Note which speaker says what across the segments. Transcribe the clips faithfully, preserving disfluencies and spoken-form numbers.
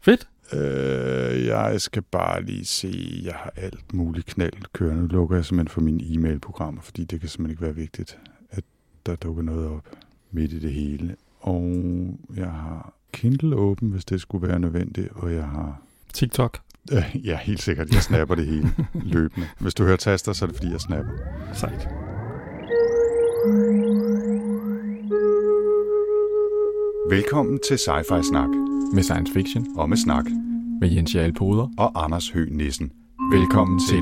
Speaker 1: Fedt.
Speaker 2: Øh, jeg skal bare lige se, jeg har alt muligt knald kørende. Nu lukker jeg simpelthen for mine e-mailprogrammer, fordi det kan simpelthen ikke være vigtigt, at der dukker noget op midt i det hele. Og jeg har Kindle åben, hvis det skulle være nødvendigt, og jeg har...
Speaker 1: TikTok.
Speaker 2: Øh, ja, helt sikkert. Jeg snapper det hele løbende. Hvis du hører taster, så er det fordi, jeg snapper.
Speaker 1: Sejt.
Speaker 2: Velkommen til Sci-Fi Snak.
Speaker 1: Med science fiction.
Speaker 2: Og med snak.
Speaker 1: Med Jens Jarl Poder.
Speaker 2: Og Anders Høgh Nissen.
Speaker 1: Velkommen, Velkommen til.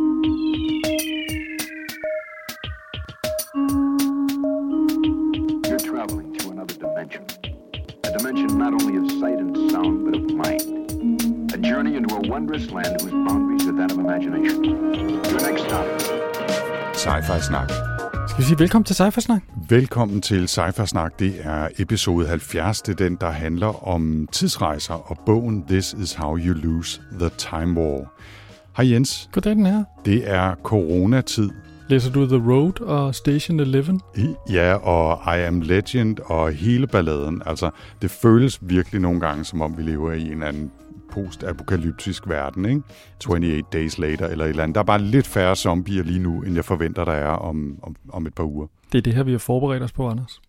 Speaker 3: You're traveling to another dimension. A dimension not only of sight and sound, but of mind. A journey into a wondrous land whose boundaries are that of imagination. Your next stop.
Speaker 2: Sci-Fi Snak.
Speaker 1: Skal vi sige velkommen til Sci-Fi Snak?
Speaker 2: Velkommen til Sci-Fi Snak. Det er episode halvfjerds. Det er den, der handler om tidsrejser og bogen This is how you lose the time war. Hej Jens.
Speaker 1: Goddag den her.
Speaker 2: Det er coronatid.
Speaker 1: Læser du The Road og Station elleve?
Speaker 2: Ja, og I Am Legend og hele balladen. Altså, det føles virkelig nogle gange, som om vi lever i en eller anden post-apokalyptisk verden, ikke? otteogtyve Days Later eller et eller andet. Der er bare lidt færre zombier lige nu, end jeg forventer, der er om, om, om et par uger.
Speaker 1: Det er det her, vi har forberedt os på, Anders.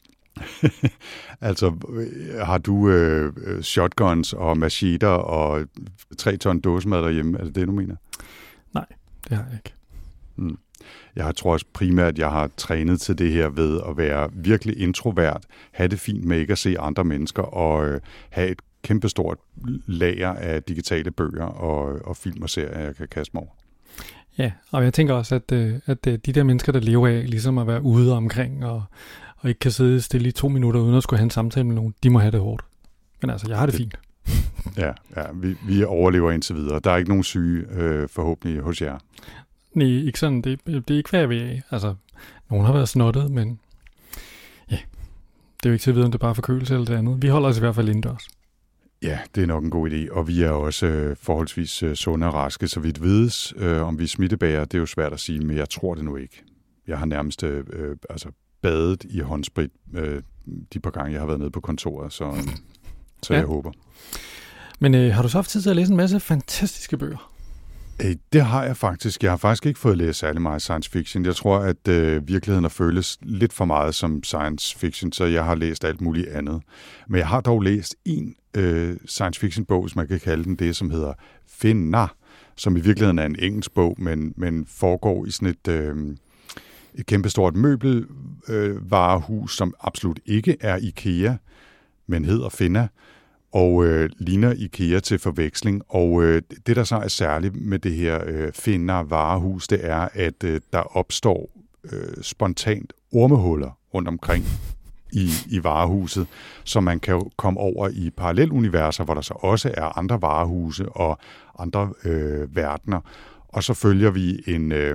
Speaker 2: Altså, har du øh, shotguns og macheter og tre ton dåsemad derhjemme? Er det det, du mener?
Speaker 1: Nej, det har jeg ikke.
Speaker 2: Hmm. Jeg tror også primært, at jeg har trænet til det her ved at være virkelig introvert, have det fint med ikke at se andre mennesker og øh, have et kæmpestort lager af digitale bøger og, og film og serier, jeg kan kaste mig over.
Speaker 1: Ja, og jeg tænker også, at, at de der mennesker, der lever af ligesom at være ude omkring og, og ikke kan sidde stille i to minutter uden at skulle have en samtale med nogen, de må have det hårdt. Men altså, jeg har det, det fint.
Speaker 2: Ja, ja vi, vi overlever indtil videre. Der er ikke nogen syge øh, forhåbentlig hos jer.
Speaker 1: Nej, ikke sådan. Det, det er ikke, hvad jeg vil af. Altså, nogen har været snottet, men ja, det er jo ikke til at vide, om det er bare forkølelse eller det andet. Vi holder os i hvert fald indendørs.
Speaker 2: Ja, det er nok en god idé, og vi er også øh, forholdsvis øh, sunde og raske, så vidt vides, øh, om vi er smittebærere, det er jo svært at sige, men jeg tror det nu ikke. Jeg har nærmest øh, altså badet i håndsprit øh, de par gange, jeg har været nede på kontoret, så, så ja. Jeg håber.
Speaker 1: Men øh, har du så haft tid til at læse en masse fantastiske bøger?
Speaker 2: Øh, det har jeg faktisk. Jeg har faktisk ikke fået læst særlig meget science fiction. Jeg tror, at øh, virkeligheden har føles lidt for meget som science fiction, så jeg har læst alt muligt andet. Men jeg har dog læst en øh, science fiction bog, som man kan kalde den, det som hedder Finna, som i virkeligheden er en engelsk bog, men, men foregår i sådan et, øh, et kæmpestort møbelvarehus, øh, som absolut ikke er IKEA, men hedder Finna. Og øh, ligner IKEA til forveksling. Og øh, det, der så er særligt med det her øh, Finna varehus, det er, at øh, der opstår øh, spontant ormehuller rundt omkring i, i varehuset, så man kan jo komme over i paralleluniverser, hvor der så også er andre varehuse og andre øh, verdener. Og så følger vi en... Øh,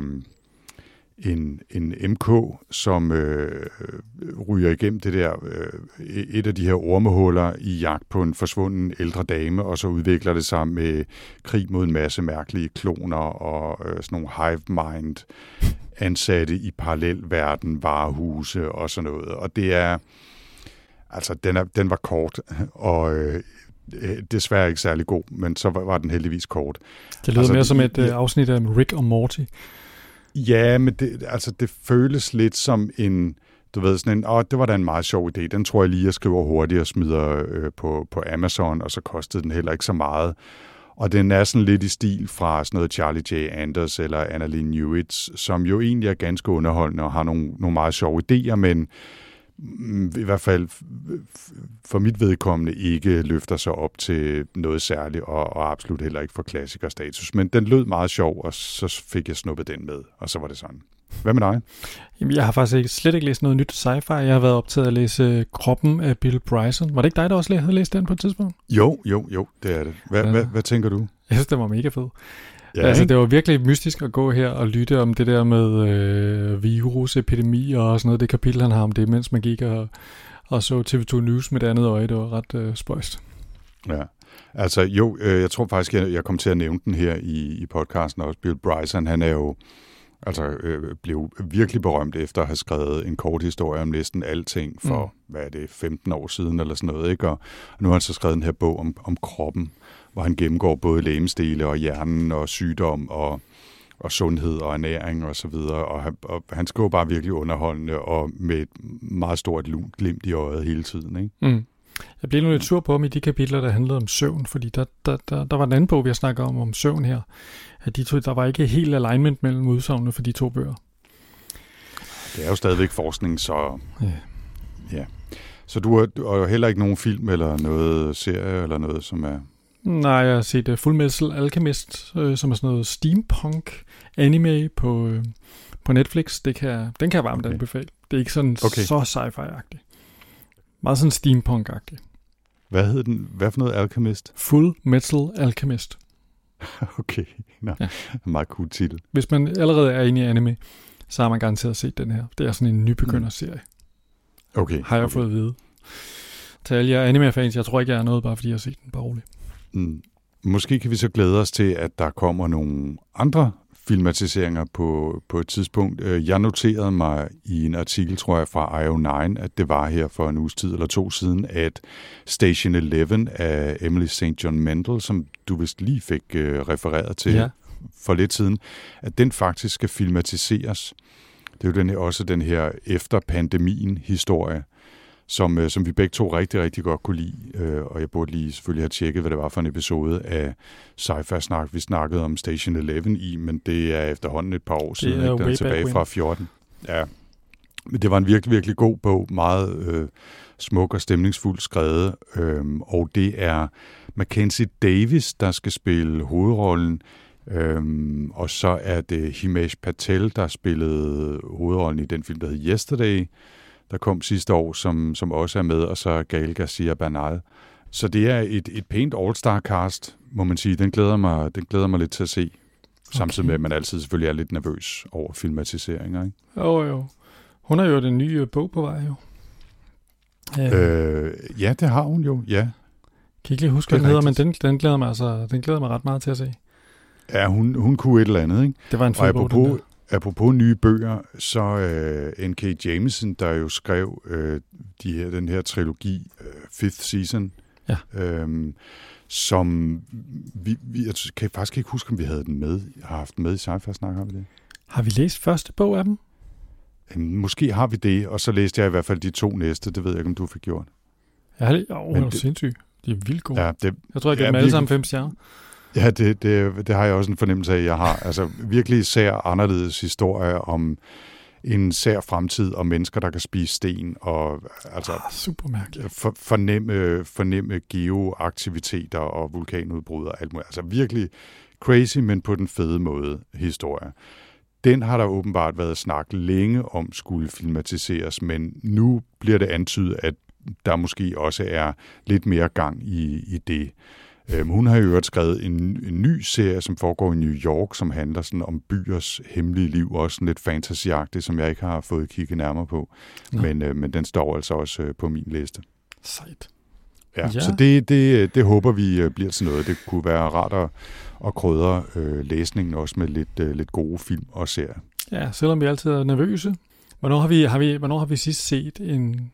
Speaker 2: En, en M K, som øh, ryger igennem det der, øh, et af de her ormehuller i jagt på en forsvunden ældre dame, og så udvikler det sig med krig mod en masse mærkelige kloner og øh, sådan nogle hive mind ansatte i parallelverden, varehuse og sådan noget. Og det er, altså den, er, den var kort, og øh, desværre ikke særlig god, men så var, var den heldigvis kort.
Speaker 1: Det lyder
Speaker 2: altså,
Speaker 1: mere som et
Speaker 2: ja,
Speaker 1: afsnit af Rick og Morty.
Speaker 2: Ja, men det, altså, det føles lidt som en, du ved, sådan en, åh, det var da en meget sjov idé. Den tror jeg lige, jeg skriver hurtigt og smider øh, på, på Amazon, og så kostede den heller ikke så meget. Og den er sådan lidt i stil fra sådan noget Charlie J. Anders eller Annalee Newitz, som jo egentlig er ganske underholdende og har nogle, nogle meget sjove idéer, men i hvert fald for mit vedkommende ikke løfter sig op til noget særligt, og, og absolut heller ikke for klassikerstatus. Men den lød meget sjov, og så fik jeg snuppet den med, og så var det sådan. Hvad med dig?
Speaker 1: Jamen, jeg har faktisk ikke, slet ikke læst noget nyt sci-fi. Jeg har været optaget at læse Kroppen af Bill Bryson. Var det ikke dig, der også havde læst den på et tidspunkt?
Speaker 2: Jo, jo, jo, det er det. Hvad, ja. hvad, hvad tænker du?
Speaker 1: Jeg synes, det var mega fed.
Speaker 2: Ja,
Speaker 1: altså, det var virkelig mystisk at gå her og lytte om det der med øh, virusepidemi og sådan noget. Det kapitel, han har om det, mens man gik og, og så T V to News med det andet øje. Det var ret øh, spøjst.
Speaker 2: Ja, altså jo, øh, jeg tror faktisk, jeg, jeg kom til at nævne den her i, i podcasten også. Bill Bryson, han er jo Altså øh, blev virkelig berømt efter at have skrevet en kort historie om næsten alting for, mm. hvad er det, femten år siden eller sådan noget, ikke? Og nu har han så skrevet den her bog om, om kroppen, hvor han gennemgår både legemsdele og hjernen og sygdom og, og sundhed og ernæring og så videre. Og han, og han skriver bare virkelig underholdende og med et meget stort glimt i øjet hele tiden, ikke?
Speaker 1: Mm. Jeg blev nu lidt sur på ham i de kapitler, der handlede om søvn, fordi der, der, der, der var en anden bog, vi har snakket om, om søvn her. At de to, der var ikke helt alignment mellem udsagnene for de to bøger.
Speaker 2: Det er jo stadigvæk forskning, så...
Speaker 1: Ja.
Speaker 2: ja. Så du har, du har heller ikke nogen film eller noget serie eller noget, som er...
Speaker 1: Nej, jeg har set uh, Full Metal Alchemist, øh, som er sådan noget steampunk anime på, øh, på Netflix. Det kan, den kan jeg varmt okay. anbefale. Det er ikke sådan okay. så sci-fi-agtigt. Meget sådan steampunk-agtigt.
Speaker 2: Hvad hed den? Hvad for noget Alchemist?
Speaker 1: Full Metal Alchemist.
Speaker 2: Okay, no. ja. Meget cool titel.
Speaker 1: Hvis man allerede er inde i anime, så har man garanteret set den her. Det er sådan en nybegynderserie.
Speaker 2: Okay.
Speaker 1: Har jeg
Speaker 2: okay.
Speaker 1: fået at vide. Til alle jer anime-fans, jeg tror ikke, jeg er noget, bare fordi jeg har set den, bare roligt.
Speaker 2: Mm. Måske kan vi så glæde os til, at der kommer nogle andre filmatiseringer på, på et tidspunkt. Jeg noterede mig i en artikel, tror jeg, fra I O ni, at det var her for en uges tid eller to siden, at Station elleve af Emily Saint John Mendel, som du vist lige fik uh, refereret til ja. for lidt siden, at den faktisk skal filmatiseres. Det er jo den her, også den her efter pandemien historie, som, øh, som vi begge to rigtig, rigtig godt kunne lide. Øh, og jeg burde lige selvfølgelig have tjekket, hvad det var for en episode af Sci-Fi Snak, vi snakkede om Station elleve i, men det er efterhånden et par år siden, ikke? Den er tilbage fra fjorten. Ja. Men det var en virkelig, virkelig god bog, meget øh, smuk og stemningsfuldt skrevet, øh, og det er Mackenzie Davis, der skal spille hovedrollen, Øhm, og så er det Himesh Patel, der spillede hovedrollen i den film, der hed Yesterday, der kom sidste år, som, som også er med, og så Gael Garcia Bernal. Så det er et, et pænt all-star-cast, må man sige. Den glæder mig, den glæder mig lidt til at se. Okay. Samtidig med, at man altid selvfølgelig er lidt nervøs over filmatiseringer, ikke?
Speaker 1: Jo, jo. Hun har jo den nye bog på vej, jo.
Speaker 2: Ja, øh, ja det har hun jo, ja.
Speaker 1: Kan ikke lige huske, hvad den hedder, men den, den, glæder mig, altså, den glæder mig ret meget til at se.
Speaker 2: Ja, hun, hun kunne et eller andet, ikke?
Speaker 1: Det var en fed bog, den der.
Speaker 2: Apropos nye bøger, så øh, N K Jemisin, der jo skrev øh, de her, den her trilogi, øh, Fifth Season,
Speaker 1: ja.
Speaker 2: øh, som vi, vi, jeg kan faktisk ikke huske, om vi havde den med, har haft den med i Sci-Fi Snak, har vi det?
Speaker 1: Har vi læst første bog af dem?
Speaker 2: Jamen, måske har vi det, og så læste jeg i hvert fald de to næste, det ved jeg ikke, om du fik gjort.
Speaker 1: Jeg har det, jo, det er sindssygt. De er vildt gode.
Speaker 2: Ja, det,
Speaker 1: jeg tror, jeg kan
Speaker 2: ja,
Speaker 1: dem alle sammen fem stjerner.
Speaker 2: Ja, det, det, det har jeg også en fornemmelse af, at jeg har. Altså virkelig sær anderledes historie om en sær fremtid og mennesker, der kan spise sten og altså
Speaker 1: ah, super mærkeligt.
Speaker 2: For, fornemme, fornemme geoaktiviteter og vulkanudbrud og alt muligt. Altså virkelig crazy, men på den fede måde historie. Den har der åbenbart været snak længe om skulle filmatiseres, men nu bliver det antydet, at der måske også er lidt mere gang i, i det. Um, hun har jo øvrigt skrevet en, en ny serie, som foregår i New York, som handler sådan om byers hemmelige liv, også sådan lidt fantasyagtigt, som jeg ikke har fået kigget nærmere på. Men, uh, men den står altså også uh, på min liste.
Speaker 1: Sejt.
Speaker 2: Ja, ja. Så det, det, det håber vi uh, bliver til noget. Det kunne være rart at, at krydre uh, læsningen også med lidt, uh, lidt gode film og serier.
Speaker 1: Ja, selvom vi altid er nervøse. Hvornår har vi, har vi, hvornår har vi sidst set en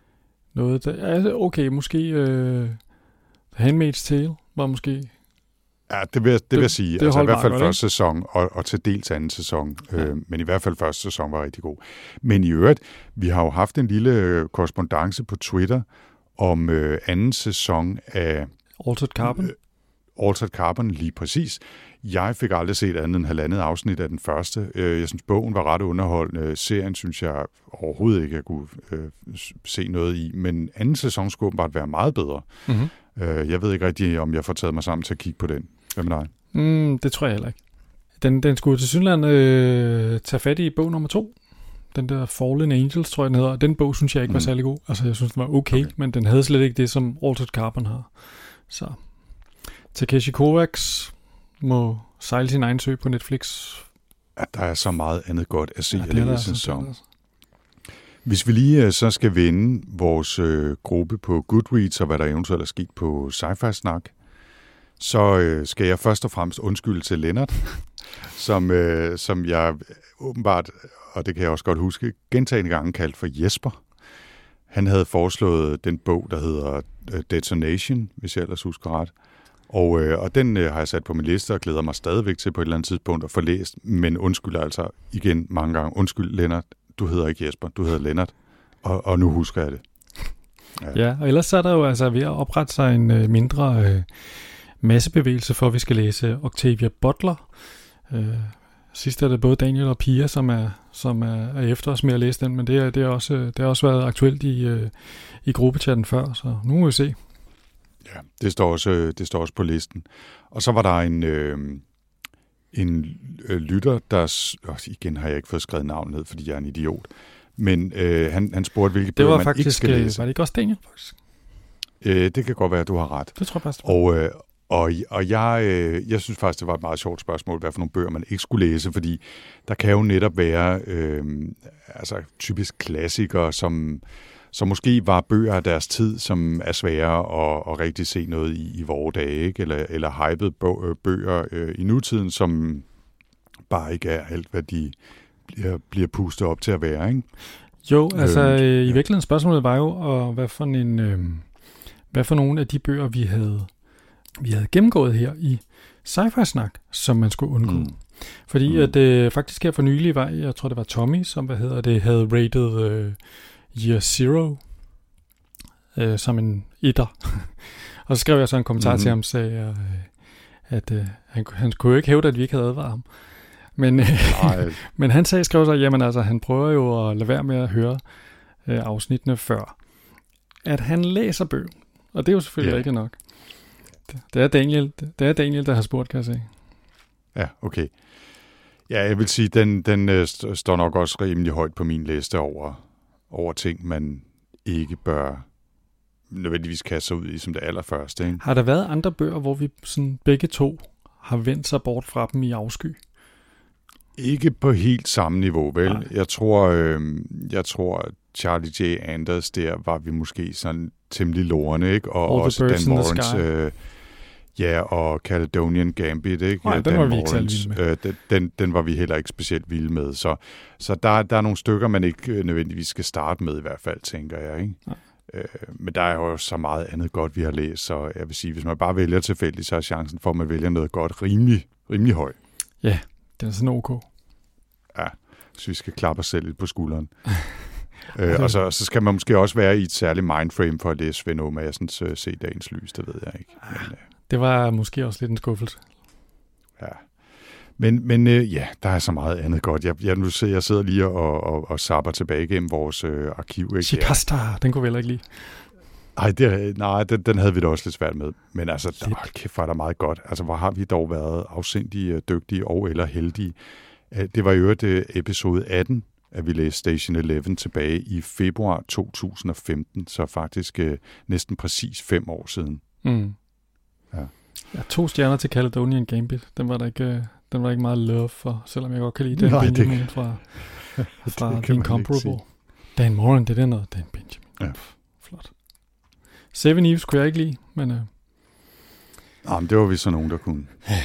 Speaker 1: noget, der er okay, måske uh, Handmaid's Tale var måske...
Speaker 2: Ja, det vil, det, det vil jeg sige. Det altså i hvert fald
Speaker 1: godt,
Speaker 2: første sæson, og, og til dels anden sæson. Ja. Øh, men i hvert fald første sæson var rigtig god. Men i øvrigt, vi har jo haft en lille korrespondance på Twitter om øh, anden sæson af...
Speaker 1: Altered Carbon.
Speaker 2: Øh, Altered Carbon, lige præcis. Jeg fik aldrig set andet end halvandet afsnit af den første. Jeg synes, bogen var ret underholdende. Serien synes jeg overhovedet ikke, jeg kunne øh, se noget i. Men anden sæson skulle åbenbart være meget bedre. Mm-hmm. Jeg ved ikke rigtig, om jeg får taget mig sammen til at kigge på den. Hvad med dig?
Speaker 1: Mm, det tror jeg heller ikke. Den, den skulle til Sydland øh, tage fat i bog nummer to. Den der Fallen Angels, tror jeg, den hedder. Den bog synes jeg ikke var mm. særlig god. Altså, jeg synes, den var okay, okay, men den havde slet ikke det, som Altered Carbon har. Så Takeshi Kovacs må sejle sin egen sø på Netflix.
Speaker 2: Ja, der er så meget andet godt at se
Speaker 1: ja,
Speaker 2: af den altså, sæson. Altså. Hvis vi lige så skal vende vores øh, gruppe på Goodreads, og hvad der eventuelt er sket på Sci-Fi Snak, så øh, skal jeg først og fremmest undskylde til Lennart. som, øh, som jeg åbenbart, og det kan jeg også godt huske, gentagne gange kaldt for Jesper. Han havde foreslået den bog, der hedder Detonation, hvis jeg ellers husker ret. Og, øh, og den øh, har jeg sat på min liste og glæder mig stadigvæk til på et eller andet tidspunkt at få læst. Men undskyld altså igen mange gange. Undskyld, Lennart. Du hedder ikke Jesper, du hedder Lennart. Og, og nu husker jeg det.
Speaker 1: Ja. ja, og ellers er der jo altså ved at oprette sig en øh, mindre øh, massebevægelse for, at vi skal læse Octavia Butler. Øh, sidst er det både Daniel og Pia, som er, som er, er efter os med at læse den, men det, er, det, er også, det har også været aktuelt i, øh, i gruppechatten før, så nu må vi se.
Speaker 2: Ja, det står også, det står også på listen. Og så var der en, øh, en øh, lytter, der... Øh, igen har jeg ikke fået skrevet navn ned, fordi jeg er en idiot. Men øh, han, han spurgte, hvilke bøger man
Speaker 1: faktisk,
Speaker 2: ikke skal læse.
Speaker 1: Var det ikke også Daniel, faktisk?
Speaker 2: Øh, det kan godt være, at du har ret.
Speaker 1: Det tror jeg faktisk.
Speaker 2: Og, øh, og, og jeg, øh, jeg synes faktisk, det var et meget sjovt spørgsmål, hvad for nogle bøger man ikke skulle læse, fordi der kan jo netop være øh, altså, typisk klassikere, som... som måske var bøger af deres tid, som er svære at, at rigtig se noget i, i vore dage, ikke? Eller, eller hyped bøger øh, i nutiden, som bare ikke er alt, hvad de bliver, bliver pustet op til at være, ikke?
Speaker 1: Jo, altså øh, i
Speaker 2: ja.
Speaker 1: virkeligheden spørgsmålet var jo, og hvad for en, øh, hvad for nogle af de bøger, vi havde, vi havde gennemgået her i Sci-Fi-snak, som man skulle undgå. Mm. Fordi mm. at øh, faktisk her for nylig var, jeg tror det var Tommy, som hvad hedder det, havde rated... Øh, Year Zero øh, som en etter. Og så skrev jeg så en kommentar mm-hmm. til ham, og sagde, øh, at øh, han, han kunne jo ikke hævde, at vi ikke havde advaret ham. Men, øh, men han sagde, skrev så, jamen altså, han prøver jo at lade være med at høre øh, afsnittene før. At han læser bøger. Og det er jo selvfølgelig yeah. ikke nok. Det, det, er Daniel, det, det er Daniel, der har spurgt, kan jeg sige.
Speaker 2: Ja, okay. Ja, jeg vil sige, den, den øh, står nok også rimelig højt på min liste over... over ting, man ikke bør nødvendigvis kaste sig ud i som det allerførste. Ikke?
Speaker 1: Har der været andre bøger, hvor vi sådan begge to har vendt sig bort fra dem i afsky?
Speaker 2: Ikke på helt samme niveau, vel? Nej. Jeg tror, øh, jeg tror, Charlie J. Anders, der var vi måske sådan temmelig lorne, ikke? Og
Speaker 1: All
Speaker 2: også Dan Morans... Øh, ja, og Caledonian Gambit, ikke?
Speaker 1: Nej, den
Speaker 2: Dan
Speaker 1: var vi ikke særlig vilde med.
Speaker 2: Øh, den, den, den var vi heller ikke specielt vilde med. Så, så der, der er nogle stykker, man ikke nødvendigvis skal starte med i hvert fald, tænker jeg, ikke? Øh, men der er jo så meget andet godt, vi har læst, så jeg vil sige, hvis man bare vælger tilfældigt, så er chancen for, at man vælger noget godt rimelig, rimelig høj.
Speaker 1: Ja, det er sådan ok.
Speaker 2: Ja, så vi skal klappe os selv lidt på skulderen. øh, og så, så skal man måske også være i et særligt mindframe for at læse Svend Åge Madsens uh, Se Dagens Lys, det ved jeg ikke. Men, uh,
Speaker 1: det var måske også lidt en skuffelse.
Speaker 2: Ja, men, men øh, ja, der er så meget andet godt. Jeg, jeg, nu sidder, jeg sidder lige og, og, og zapper tilbage gennem vores øh, arkiv. Ikke?
Speaker 1: Chipasta, ja. Den kunne vi heller ikke lide.
Speaker 2: Ej, det, nej, den, den havde vi da også lidt svært med. Men altså, der, oh, kæft, var der meget godt. Altså, hvor har vi dog været afsindige, dygtige og eller heldige. Det var jo et episode atten, at vi læste Station elleve tilbage i februar to tusind og femten, så faktisk øh, næsten præcis fem år siden.
Speaker 1: Mm. Ja. Ja, to stjerner til Caledonian Gambit. Den var der ikke, den var ikke meget love for, selvom jeg godt kan lide Dan Nej, Benjamin det, fra, fra The Incomparable. Dan Moran, det er noget. Dan Benjamin. Ja. Pff, flot. Seven Eves kunne jeg ikke lide, men... Øh...
Speaker 2: Nå, men det var vi så nogen, der kunne.
Speaker 1: Ja.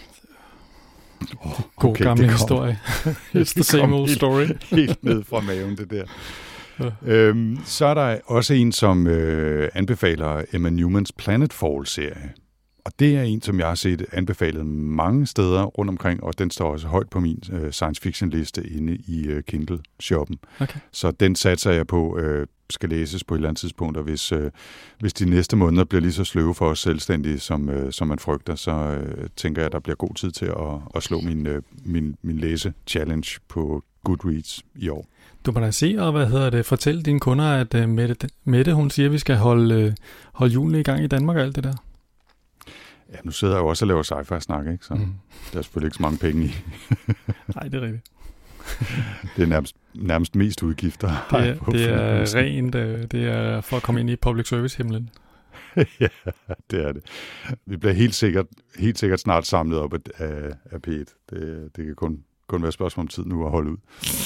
Speaker 1: Oh, God okay, gamle historie. It's the same old story.
Speaker 2: Helt, helt ned fra maven, det der. Ja. Øhm, så er der også en, som øh, anbefaler Emma Newmans Planetfall-serie. Og det er en, som jeg har set anbefalet mange steder rundt omkring, og den står også højt på min øh, science fiction-liste inde i øh, Kindle-shoppen. Okay. Så den satser jeg på, øh, skal læses på et eller andet tidspunkt, og hvis, øh, hvis de næste måneder bliver lige så sløve for os selvstændige, som, øh, som man frygter, så øh, tænker jeg, at der bliver god tid til at, at slå min, øh, min, min læse-challenge på Goodreads i år.
Speaker 1: Du må da se, og hvad hedder det, fortæl dine kunder, at uh, Mette, Mette, hun siger, at vi skal holde, uh, holde julene i gang i Danmark og alt det der.
Speaker 2: Ja, nu sidder jeg jo også og laver sci-fi-snak, ikke? Så mm. der er selvfølgelig ikke så mange penge i.
Speaker 1: Nej, det er rigtigt.
Speaker 2: Det er nærmest, nærmest mest udgifter.
Speaker 1: Det er, det er rent, det er for at komme ind i public service-himlen.
Speaker 2: Ja, det er det. Vi bliver helt sikkert, helt sikkert snart samlet op af, af P et. Det, det kan kun, kun være spørgsmål om tid nu at holde ud.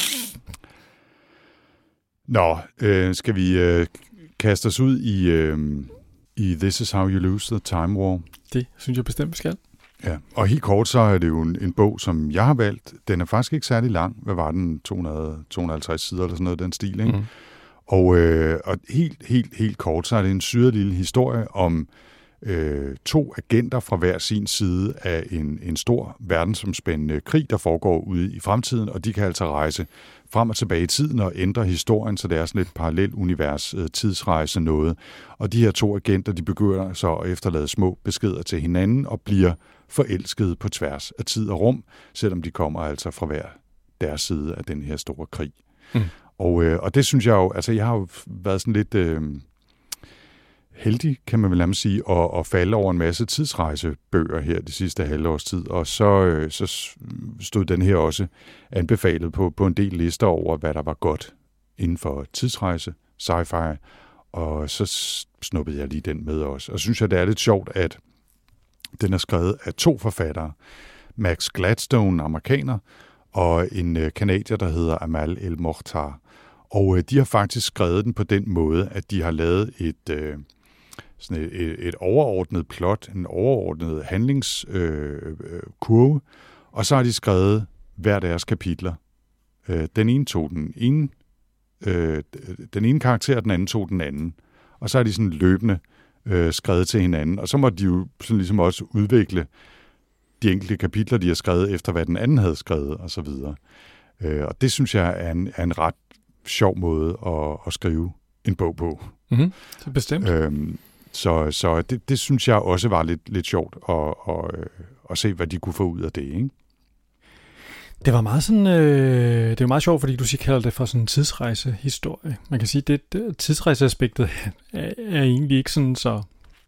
Speaker 2: Nå, øh, skal vi øh, kaste os ud i, øh, i This Is How You Lose the Time War?
Speaker 1: Det synes jeg bestemt, vi skal.
Speaker 2: Ja, og helt kort, så er det jo en, en bog, som jeg har valgt. Den er faktisk ikke særlig lang. Hvad var den? to hundrede til to hundrede og halvtreds sider eller sådan noget, den stil, ikke? Mm. Og, øh, og helt, helt, helt kort, så er det en syret lille historie om øh, to agenter fra hver sin side af en, en stor verdensomspændende krig, der foregår ude i fremtiden, og de kan altså rejse frem og tilbage i tiden og ændre historien, så det er sådan et parallelt univers, øh, tidsrejse noget. Og de her to agenter, de begynder så at efterlade små beskeder til hinanden og bliver forelskede på tværs af tid og rum, selvom de kommer altså fra hver deres side af den her store krig. Mm. Og, øh, og det synes jeg jo, altså jeg har jo været sådan lidt øh, heldig, kan man vel nærmest sige, at, at falde over en masse tidsrejsebøger her det sidste halvårs tid, og så, øh, så stod den her også anbefalet på, på en del lister over, hvad der var godt inden for tidsrejse, sci-fi, og så snuppede jeg lige den med også. Og så synes jeg, det er lidt sjovt, at den er skrevet af to forfattere, Max Gladstone, amerikaner, og en kanadier, der hedder Amal El-Mohtar. Og øh, de har faktisk skrevet den på den måde, at de har lavet et, øh, sådan et, et overordnet plot, en overordnet handlingskurve, øh, og så har de skrevet hver deres kapitler. Øh, den ene tog den ene, øh, den ene karakter, og den anden tog den anden. Og så har de sådan løbende øh, skrevet til hinanden, og så må de jo sådan ligesom også udvikle de enkelte kapitler, de har skrevet, efter hvad den anden havde skrevet, og så videre. Øh, og det synes jeg er en, er en ret sjov måde at, at skrive en bog på.
Speaker 1: Mm-hmm. Det er bestemt.
Speaker 2: Øhm, så så det, det synes jeg også var lidt, lidt sjovt at, at, at se, hvad de kunne få ud af det, ikke?
Speaker 1: Det var meget sådan, øh, det var meget sjovt, fordi du siger, kalder det for sådan en tidsrejsehistorie. Man kan sige, det, det tidsrejseaspektet er, er egentlig ikke sådan så,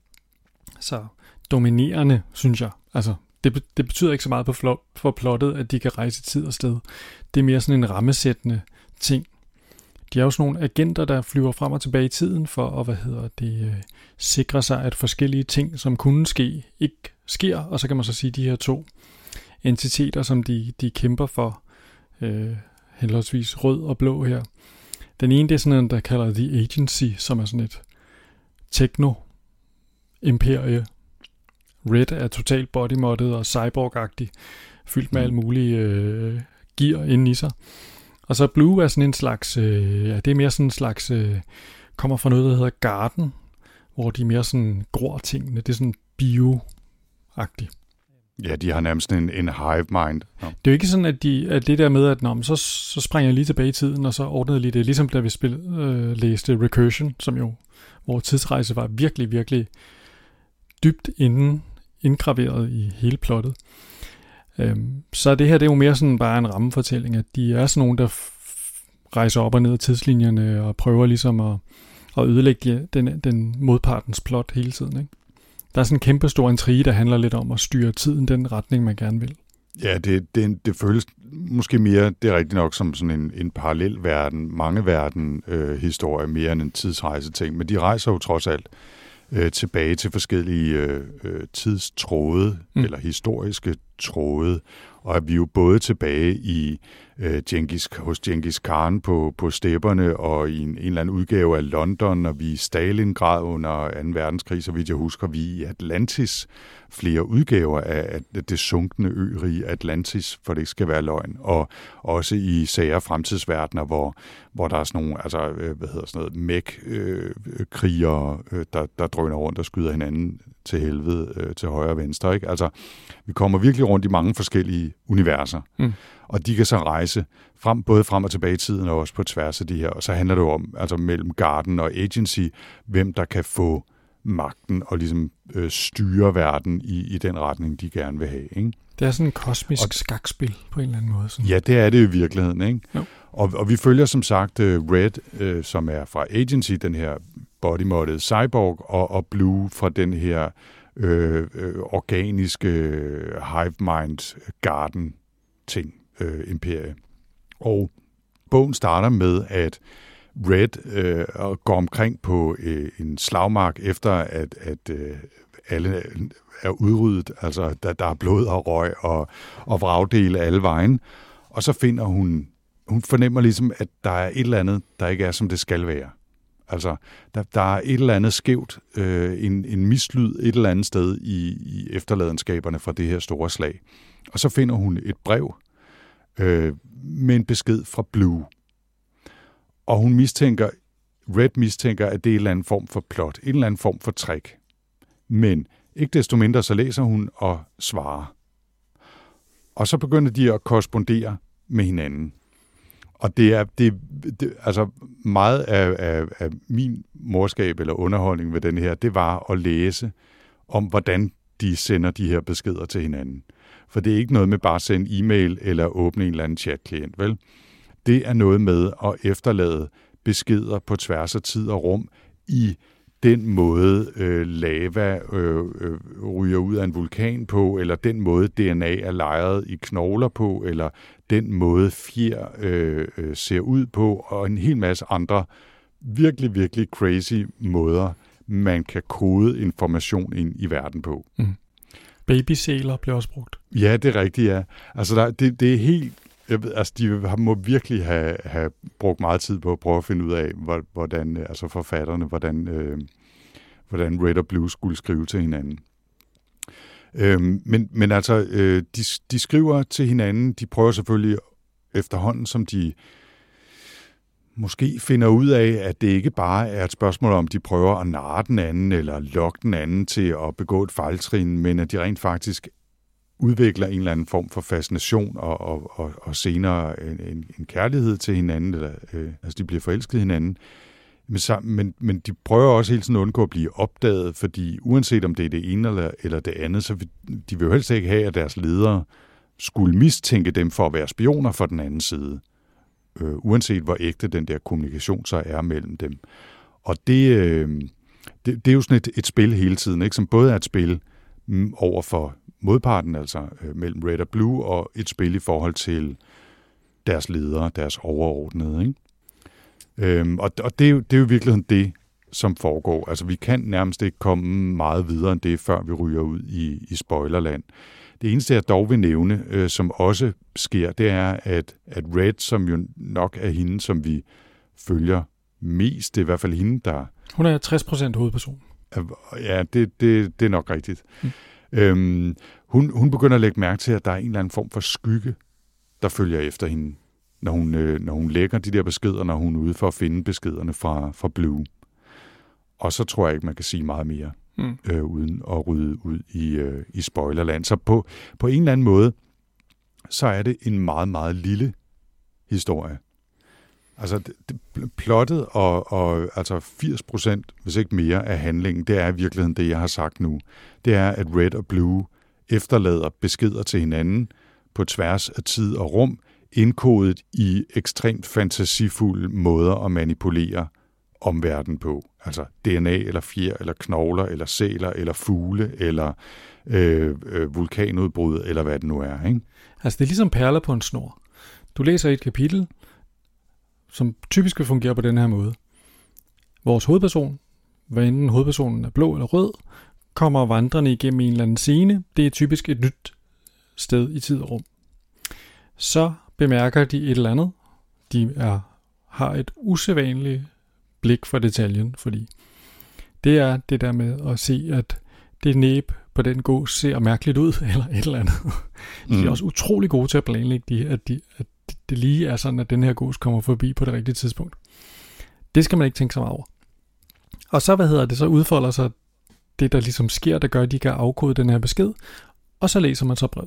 Speaker 1: så dominerende, synes jeg. Altså, det, det betyder ikke så meget på flot, for plottet, at de kan rejse tid og sted. Det er mere sådan en rammesættende ting. De er jo sådan nogle agenter, der flyver frem og tilbage i tiden for at, hvad hedder det, øh, sikre sig, at forskellige ting, som kunne ske, ikke sker. Og så kan man så sige, at de her to entiteter, som de, de kæmper for, øh, henholdsvis rød og blå her. Den ene, det er sådan en, der kalder The Agency, som er sådan et techno-imperie. Red er totalt bodymoddet og cyborg-agtig, fyldt med mm. alt mulige øh, gear inde i sig. Og så Blue er sådan en slags, øh, ja, det er mere sådan en slags, øh, kommer fra noget, der hedder Garden, hvor de mere sådan gror tingene. Det er sådan bio-agtigt.
Speaker 2: Ja, de har nærmest en, en hive mind. Ja.
Speaker 1: Det er jo ikke sådan, at, de, at det der med, at nå, så, så springer jeg lige tilbage i tiden, og så ordnede jeg lige det. Ligesom da vi spil, øh, læste Recursion, som jo, hvor tidsrejse var virkelig, virkelig dybt inden, indgraveret i hele plottet. Øhm, så det her, det er jo mere sådan bare en rammefortælling, at de er sådan nogen, der f- rejser op og ned af tidslinjerne og prøver ligesom at, at ødelægge de, den, den modpartens plot hele tiden, ikke? Der er sådan en kæmpe stor intrige, der handler lidt om at styre tiden den retning, man gerne vil.
Speaker 2: Ja, det, det, det føles måske mere, det er rigtigt nok, som sådan en, en parallel verden, mange verden øh, historie, mere end en tidsrejse-ting. Men de rejser jo trods alt øh, tilbage til forskellige øh, tidstråde, mm. eller historiske tråde, og at vi jo både tilbage i øh, Genghis, hos Genghis Khan på, på stepperne, og i en, en eller anden udgave af London, og vi i Stalingrad under anden verdenskrig, så vidt jeg husker, vi i Atlantis, flere udgaver af det sunkne ørige Atlantis, for det ikke skal være løgn, og også i sære fremtidsverdener, hvor, hvor der er sådan nogle, altså, hvad hedder sådan noget, mech-krigere, øh, der, der drøner rundt og skyder hinanden til helvede, øh, til højre og venstre, ikke? Altså, vi kommer virkelig rundt i mange forskellige universer, mm. og de kan så rejse frem, både frem og tilbage i tiden, og også på tværs af de her, og så handler det jo om, altså mellem Garden og Agency, hvem der kan få magten og ligesom øh, styre verden i, i den retning, de gerne vil have, ikke?
Speaker 1: Det er sådan en kosmisk og, skakspil på en eller anden måde. Sådan.
Speaker 2: Ja, det er det i virkeligheden, ikke? Og, og vi følger som sagt uh, Red, uh, som er fra Agency, den her bodymodded cyborg, og, og Blue fra den her øh, øh, organiske hive mind garden ting, øh, imperie. Og bogen starter med, at Red øh, går omkring på øh, en slagmark, efter at, at øh, alle er udryddet, altså der, der er blod og røg og, og vragdele alle vejen. Og så finder hun, hun fornemmer ligesom, at der er et eller andet, der ikke er, som det skal være. Altså, der, der er et eller andet skævt, øh, en, en mislyd et eller andet sted i, i efterladenskaberne fra det her store slag. Og så finder hun et brev øh, med en besked fra Blue. Og hun mistænker, Red mistænker, at det er en eller anden form for plot, en eller anden form for trick. Men ikke desto mindre, så læser hun og svarer. Og så begynder de at korrespondere med hinanden. Og det er, det, det, altså meget af, af, af min morskab eller underholdning ved den her, det var at læse om, hvordan de sender de her beskeder til hinanden. For det er ikke noget med bare at sende e-mail eller åbne en eller anden chat-klient, vel? Det er noget med at efterlade beskeder på tværs af tid og rum i den måde øh, lava øh, øh, ryger ud af en vulkan på, eller den måde D N A er lejret i knogler på, eller den måde fjer øh, øh, ser ud på, og en hel masse andre virkelig, virkelig crazy måder, man kan kode information ind i verden på.
Speaker 1: Mm. Babysæler bliver også brugt.
Speaker 2: Ja, det er rigtigt, ja. Altså, der, det, det er helt... Jeg ved, altså, de må virkelig have, have brugt meget tid på at prøve at finde ud af, hvordan, altså forfatterne, hvordan, øh, hvordan Red og Blue skulle skrive til hinanden. Øhm, men, men altså, øh, de, de skriver til hinanden, de prøver selvfølgelig efterhånden, som de måske finder ud af, at det ikke bare er et spørgsmål om, de prøver at narre den anden, eller lokke den anden til at begå et fejltrin, men at de rent faktisk udvikler en eller anden form for fascination og, og, og, og senere en, en kærlighed til hinanden, eller øh, altså de bliver forelsket i hinanden. Men, men, men de prøver også hele tiden at undgå at blive opdaget, fordi uanset om det er det ene eller, eller det andet, så vil, de vil jo helst ikke have, at deres ledere skulle mistænke dem for at være spioner for den anden side. Øh, uanset hvor ægte den der kommunikation så er mellem dem. Og det, øh, det, det er jo sådan et, et spil hele tiden, ikke? Som både er et spil mm, over for modparten, altså øh, mellem Red og Blue, og et spil i forhold til deres ledere, deres overordnede. Ikke? Øhm, og og det, er jo, det er jo i virkeligheden det, som foregår. Altså, vi kan nærmest ikke komme meget videre end det, før vi ryger ud i, i spoilerland. Det eneste, jeg dog vil nævne, øh, som også sker, det er, at, at Red, som jo nok er hende, som vi følger mest, det er i hvert fald hende, der...
Speaker 1: Hun er tres procent hovedperson.
Speaker 2: Ja, det, det, det er nok rigtigt. Mm. Øhm, hun, hun begynder at lægge mærke til, at der er en eller anden form for skygge, der følger efter hende, når hun, øh, når hun lægger de der beskeder, når hun er ude for at finde beskederne fra, fra Blue. Og så tror jeg ikke, man kan sige meget mere, mm. øh, uden at rydde ud i, øh, i spoilerland. Så på, på en eller anden måde, så er det en meget, meget lille historie. Altså, det, det, plottet og, og altså firs procent, hvis ikke mere, af handlingen, det er i virkeligheden det, jeg har sagt nu. Det er, at Red og Blue efterlader beskeder til hinanden på tværs af tid og rum, indkodet i ekstremt fantasifulde måder at manipulere omverdenen på. Altså D N A, eller fjer, eller knogler, eller sæler, eller fugle, eller øh, øh, vulkanudbrud, eller hvad det nu er. Ikke?
Speaker 1: Altså, det er ligesom perler på en snor. Du læser et kapitel, som typisk vil fungere på den her måde. Vores hovedperson, hvad enten hovedpersonen er blå eller rød, kommer vandrende igennem en eller anden scene. Det er typisk et nyt sted i tid og rum. Så bemærker de et eller andet. De er, har et usædvanligt blik for detaljen, fordi det er det der med at se, at det næb på den gås ser mærkeligt ud, eller et eller andet. De er mm. også utrolig gode til at planlægge, de, at, de, at det lige er sådan, at den her gås kommer forbi på det rigtige tidspunkt. Det skal man ikke tænke så meget over. Og så, hvad hedder det, så udfolder sig det, der ligesom sker, der gør, at de kan afkode den her besked, og så læser man så brevet.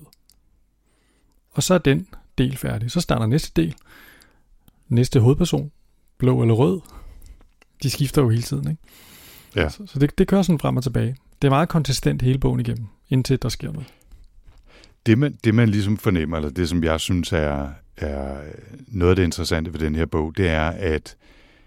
Speaker 1: Og så er den del færdig. Så starter næste del. Næste hovedperson, blå eller rød. De skifter jo hele tiden, ikke?
Speaker 2: Ja.
Speaker 1: Så, så det, det kører sådan frem og tilbage. Det er meget konsistent hele bogen igennem, indtil der sker noget.
Speaker 2: Det man, det man ligesom fornemmer, eller det som jeg synes er, er noget af det interessante ved den her bog, det er, at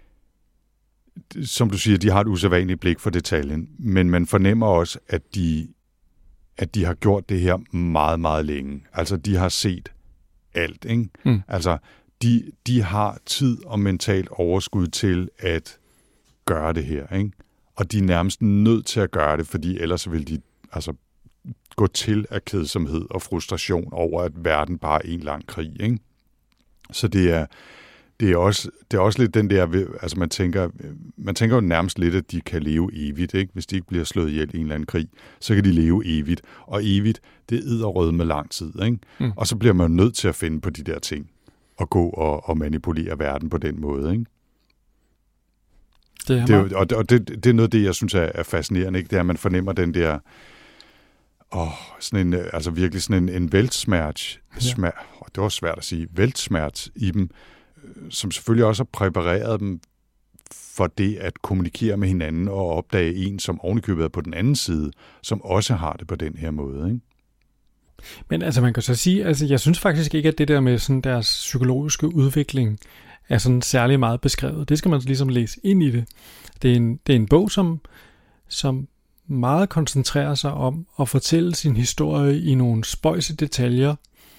Speaker 2: som du siger, de har et usædvanligt blik for detaljen, men man fornemmer også, at de, at de har gjort det her meget, meget længe. Altså, de har set alt, ikke? Mm. Altså, de, de har tid og mentalt overskud til at gøre det her, ikke? Og de er nærmest nødt til at gøre det, fordi ellers vil de altså gå til af kedsomhed og frustration over, at verden bare er en lang krig, ikke? Så det er, det er også, det er også lidt den der, altså man tænker, man tænker jo nærmest lidt, at de kan leve evigt, ikke? Hvis de ikke bliver slået ihjel i en eller anden krig, så kan de leve evigt. Og evigt, det er edderrød med lang tid, ikke? Mm. Og så bliver man nødt til at finde på de der ting, og gå og, og manipulere verden på den måde, ikke?
Speaker 1: Det er,
Speaker 2: det er jo, og, og det, det er noget af det, jeg synes er, er fascinerende, ikke? Det er, at man fornemmer den der, åh, sådan en, altså virkelig sådan en, en væltsmert, smert, ja. Det var svært at sige, væltsmert i dem, som selvfølgelig også har præpareret dem for det at kommunikere med hinanden og opdage en, som ovenikøbet er på den anden side, som også har det på den her måde, ikke?
Speaker 1: Men altså man kan så sige, altså jeg synes faktisk ikke, at det der med sådan deres psykologiske udvikling er sådan særlig meget beskrevet. Det skal man ligesom læse ind i det. Det er en, det er en bog, som, som meget koncentrerer sig om at fortælle sin historie i nogle spøjse detaljer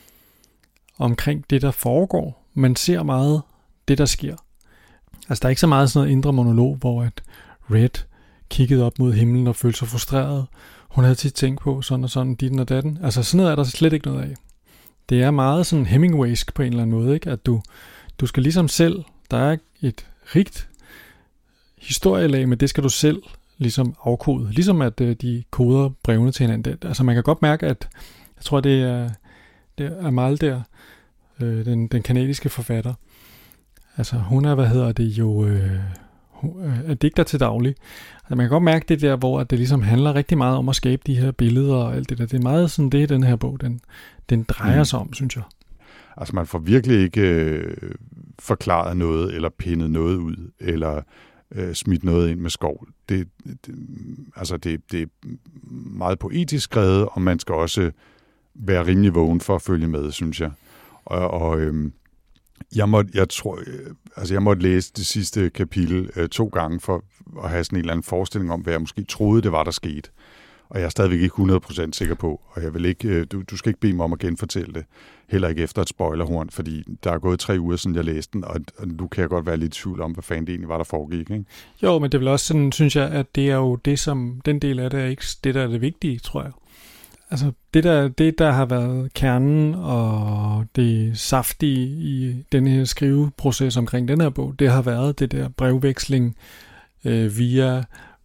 Speaker 1: omkring det, der foregår. Man ser meget det, der sker. Altså der er ikke så meget sådan noget indre monolog, hvor at Red kiggede op mod himlen og følte sig frustreret. Hun havde tit tænkt på sådan og sådan, dit og datten. Altså sådan noget er der slet ikke noget af. Det er meget sådan Hemingwaysk på en eller anden måde, ikke? At du, du skal ligesom selv, der er et rigt historielag, men det skal du selv ligesom afkode. Ligesom at øh, de koder brevene til hinanden. Altså man kan godt mærke, at jeg tror, det er, det er Amal der, øh, den, den kanadiske forfatter. Altså hun er, hvad hedder det jo, øh, er digter til daglig. Altså, man kan godt mærke det der, hvor det ligesom handler rigtig meget om at skabe de her billeder og alt det der. Det er meget sådan det, den her bog, den, den drejer mm. sig om, synes jeg.
Speaker 2: Altså man får virkelig ikke øh, forklaret noget, eller pindet noget ud, eller øh, smidt noget ind med skov. Det, det, altså det, det er meget poetisk skrevet, og man skal også være rimelig vågen for at følge med, synes jeg. Og, og øh, jeg, måtte, jeg, tror, øh, altså jeg måtte læse det sidste kapitel øh, to gange, for at have sådan en eller anden forestilling om, hvad jeg måske troede, det var, der skete. Og jeg er stadigvæk ikke hundrede procent sikker på, og jeg vil ikke, du, du skal ikke bede mig om at genfortælle det, heller ikke efter et spoilerhorn, fordi der er gået tre uger siden, jeg læste den, og, og nu kan jeg godt være lidt i tvivl om, hvad fanden det egentlig var, der foregik, ikke?
Speaker 1: Jo, men det er vel også sådan, synes jeg, at det er jo det, som den del af det er ikke det, der er det vigtige, tror jeg. Altså, det der, det, der har været kernen og det saftige i den her skriveproces omkring den her bog, det har været det der brevveksling øh, via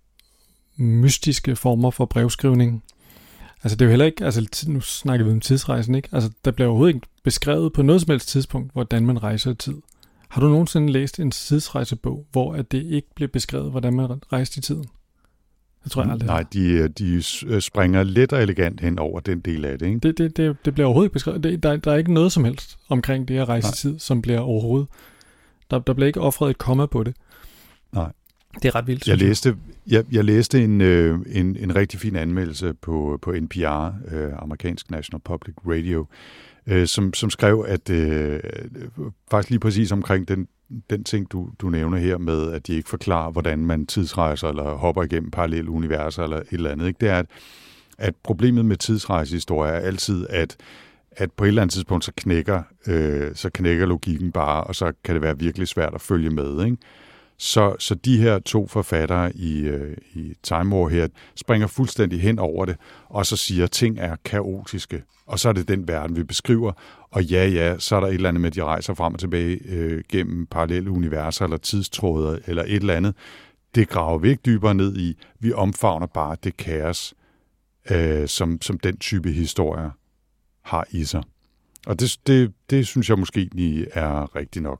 Speaker 1: mystiske former for brevskrivning. Altså det er jo heller ikke, altså nu snakker vi om tidsrejsen, ikke? Altså der bliver overhovedet ikke beskrevet på noget som helst tidspunkt, hvordan man rejser i tid. Har du nogensinde læst en tidsrejsebog, hvor at det ikke bliver beskrevet, hvordan man rejser i tiden? Det tror jeg aldrig.
Speaker 2: Nej, de, de springer let og elegant hen over den del af det, ikke?
Speaker 1: Det, det, det, det bliver overhovedet ikke beskrevet. Det, der, der er ikke noget som helst omkring det her rejse i tid, som bliver overhovedet. Der, der bliver ikke offret et komma på det.
Speaker 2: Nej.
Speaker 1: Det er ret vildt.
Speaker 2: Jeg læste, jeg, jeg læste en, øh, en, en rigtig fin anmeldelse på, på N P R, øh, amerikansk National Public Radio, øh, som, som skrev, at øh, faktisk lige præcis omkring den, den ting, du, du nævner her med, at de ikke forklarer, hvordan man tidsrejser eller hopper igennem parallelle universer eller et eller andet, ikke? Det er, at, at problemet med tidsrejsehistorier er altid, at at på et eller andet tidspunkt, så knækker, øh, så knækker logikken bare, og så kan det være virkelig svært at følge med, ikke? Så, så de her to forfattere i, øh, i Time War her springer fuldstændig hen over det, og så siger, at ting er kaotiske. Og så er det den verden, vi beskriver. Og ja, ja, så er der et eller andet med, at de rejser frem og tilbage øh, gennem parallelle universer, eller tidstråder, eller et eller andet. Det graver vi ikke dybere ned i. Vi omfavner bare det kaos, øh, som, som den type historier har i sig. Og det, det, det synes jeg måske lige er rigtigt nok.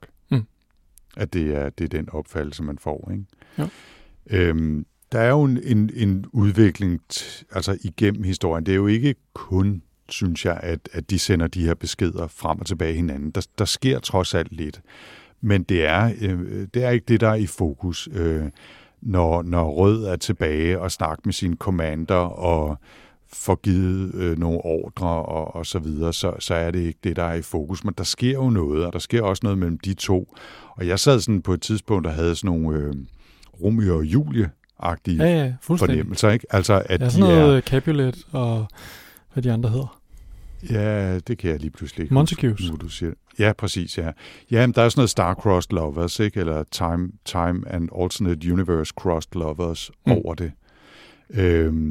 Speaker 2: At det er, det er den opfattelse, man får, ikke? Ja. Øhm, der er jo en, en, en udvikling t- altså igennem historien. Det er jo ikke kun, synes jeg, at, at de sender de her beskeder frem og tilbage hinanden. Der, der sker trods alt lidt. Men det er, øh, det er ikke det, der er i fokus. Øh, når, når Rød er tilbage og snakker med sine commander og får givet øh, nogle ordre og, og så videre, så, så er det ikke det, der er i fokus. Men der sker jo noget, og der sker også noget mellem de to. Og jeg sad sådan på et tidspunkt og havde sådan nogle øh, Romeo og Julie-agtige
Speaker 1: ja, ja,
Speaker 2: fornemmelser, ikke? Altså, at
Speaker 1: ja, sådan de noget er... Capulet og hvad de andre hedder.
Speaker 2: Ja, det kan jeg lige pludselig ikke.
Speaker 1: Montagues.
Speaker 2: Nu, du siger. Ja, præcis, ja. Ja, men der er sådan noget Star-Crossed Lovers, ikke? Eller Time, time and Alternate Universe Crossed Lovers mm. over det. Øhm,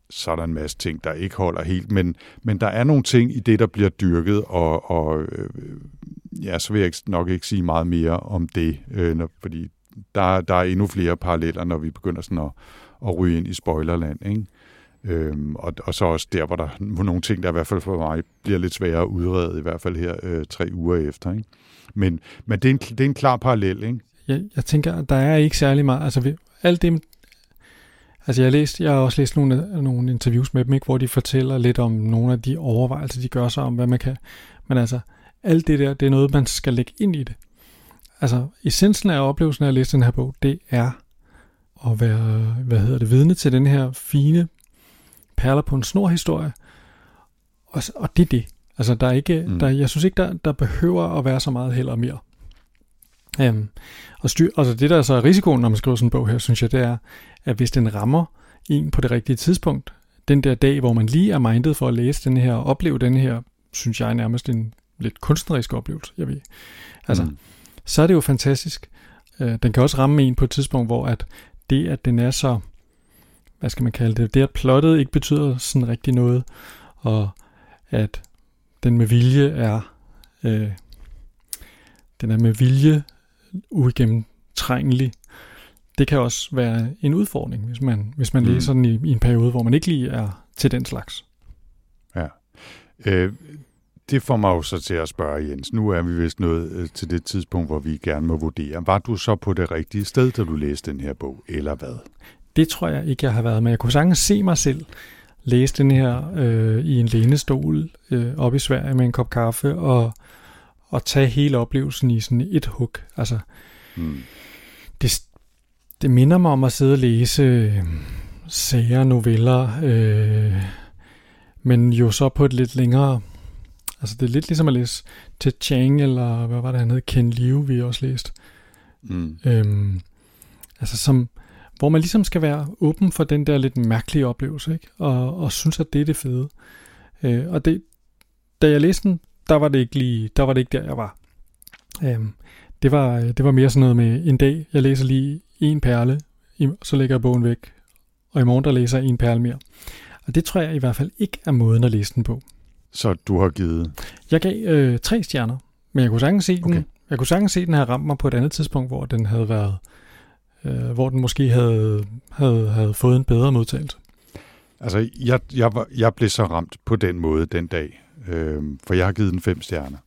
Speaker 2: så er der en masse ting, der ikke holder helt, men, men der er nogle ting i det, der bliver dyrket, og, og øh, ja, så vil jeg nok ikke sige meget mere om det, øh, når, fordi der, der er endnu flere paralleller, når vi begynder sådan at, at ryge ind i spoilerland, ikke? Øhm, og, og så også der, hvor der er nogle ting, der i hvert fald for mig bliver lidt sværere at udrede, i hvert fald her øh, tre uger efter, ikke? Men, men det, er en, det er en klar parallel, ikke?
Speaker 1: Jeg, jeg tænker, der er ikke særlig meget, altså vi, alt det, altså jeg har, læst, jeg har også læst nogle, nogle interviews med dem, ikke, hvor de fortæller lidt om nogle af de overvejelser, de gør sig om, hvad man kan, men altså, alt det der, det er noget, man skal lægge ind i det. Altså, essensen af oplevelsen af at læse den her bog, det er at være, hvad hedder det, vidne til den her fine perler på en snor historie, og, og det er det. Altså, der er ikke, mm. der, jeg synes ikke, der, der behøver at være så meget heller mere. Um, og styr, altså det, der er så risikoen, når man skriver sådan en bog her, synes jeg, det er, at hvis den rammer en på det rigtige tidspunkt, den der dag, hvor man lige er mindet for at læse den her, og opleve den her, synes jeg nærmest en lidt kunstnerisk oplevelse, jeg ved. Altså, mm. så er det jo fantastisk. Uh, den kan også ramme en på et tidspunkt, hvor at det, at den er så, hvad skal man kalde det, det at plottet ikke betyder sådan rigtig noget, og at den med vilje er, øh, den er med vilje uigennemtrængelig. Det kan også være en udfordring, hvis man, hvis man mm. læser den i, i en periode, hvor man ikke lige er til den slags.
Speaker 2: Ja. Øh, det får mig jo så til at spørge, Jens. Nu er vi vist nået øh, til det tidspunkt, hvor vi gerne må vurdere. Var du så på det rigtige sted, da du læste den her bog, eller hvad?
Speaker 1: Det tror jeg ikke, jeg har været med. Jeg kunne sagtens se mig selv læse den her øh, i en lænestol øh, op i Sverige med en kop kaffe og, og tage hele oplevelsen i sådan et hug. Altså, mm. det, det minder mig om at sidde og læse øh, sager, noveller, øh, men jo så på et lidt længere. Altså det er lidt ligesom at læse til Chang, eller hvad var det, han hed, Ken Liu, vi også læst. Mm. Øhm, altså som, hvor man ligesom skal være åben for den der lidt mærkelige oplevelse, ikke? Og, og synes, at det er det fede. Øh, og det, da jeg læste den, der var det ikke lige, der var det ikke der, jeg var. Øhm, det var. Det var mere sådan noget med en dag, jeg læser lige en perle, så lægger jeg bogen væk, og i morgen der læser jeg en perle mere. Og det tror jeg i hvert fald ikke er måden at læse den på.
Speaker 2: Så du har givet? Jeg
Speaker 1: gav øh, tre stjerner, men jeg kunne sagtens se den. Okay. Jeg kunne sagtens se den her ramt mig på et andet tidspunkt, hvor den havde været, øh, hvor den måske havde, havde, havde fået en bedre modtagelse.
Speaker 2: Altså, jeg, jeg, var, jeg blev så ramt på den måde den dag, øh, for jeg har givet den fem stjerner.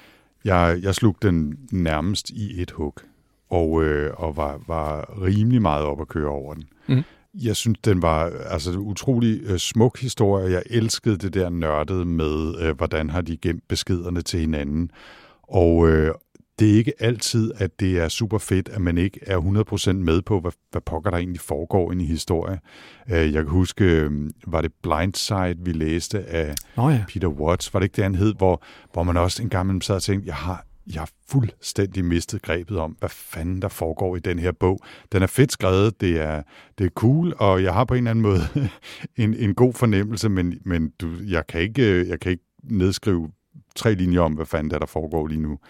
Speaker 2: Jeg, jeg slugte den nærmest i et hug, og, øh, og var, var rimelig meget op at køre over den. Mm. Jeg synes, den var altså en utrolig øh, smuk historie. Jeg elskede det der nørdede med, øh, hvordan har de gemt beskederne til hinanden. Og øh, det er ikke altid, at det er super fedt, at man ikke er hundrede procent med på, hvad, hvad pokker der egentlig foregår inde i historie. Øh, jeg kan huske, øh, var det Blindside, vi læste af oh, ja. Peter Watts, var det ikke det, han hed, hvor, hvor man også en gang imellem sad og tænkte, jeg har Jeg har fuldstændig mistet grebet om, hvad fanden der foregår i den her bog. Den er fedt skrevet, det er, det er cool, og jeg har på en eller anden måde en, en god fornemmelse, men, men du, jeg, kan ikke, jeg kan ikke nedskrive tre linjer om, hvad fanden der, der foregår lige nu.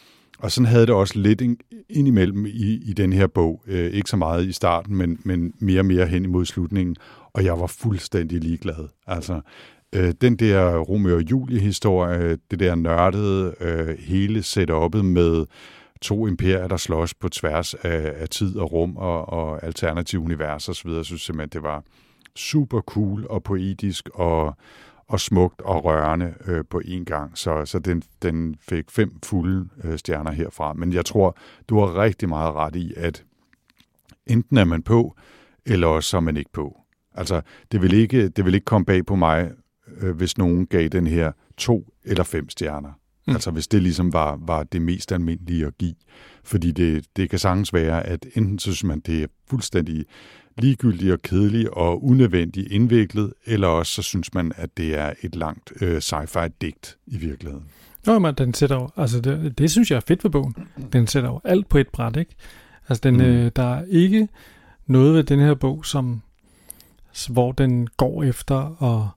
Speaker 2: Og sådan havde det også lidt indimellem i, i den her bog. Øh, ikke så meget i starten, men, men mere og mere hen imod slutningen, og jeg var fuldstændig ligeglad. Altså, Øh, den der Romeo og Julie-historie, det der nørdede, øh, hele setup'et med to imperier, der slås på tværs af, af tid og rum og, og alternative universer osv., jeg synes simpelthen, det var super cool og poetisk og, og smukt og rørende øh, på én gang. Så, så den, den fik fem fulde øh, stjerner herfra. Men jeg tror, du har rigtig meget ret i, at enten er man på, eller også er man ikke på. Altså, det vil ikke, det vil ikke komme bag på mig, hvis nogen gav den her to eller fem stjerner. Mm. Altså hvis det ligesom var, var det mest almindelige at give. Fordi det, det kan sagtens være, at enten synes man, det er fuldstændig ligegyldigt og kedeligt og unødvendigt indviklet, eller også så synes man, at det er et langt øh, sci-fi-digt i virkeligheden.
Speaker 1: Nå, men den sætter jo, altså det, det synes jeg er fedt ved bogen. Den sætter jo alt på et bræt, ikke? Altså den, mm. øh, der er ikke noget ved den her bog, som hvor den går efter at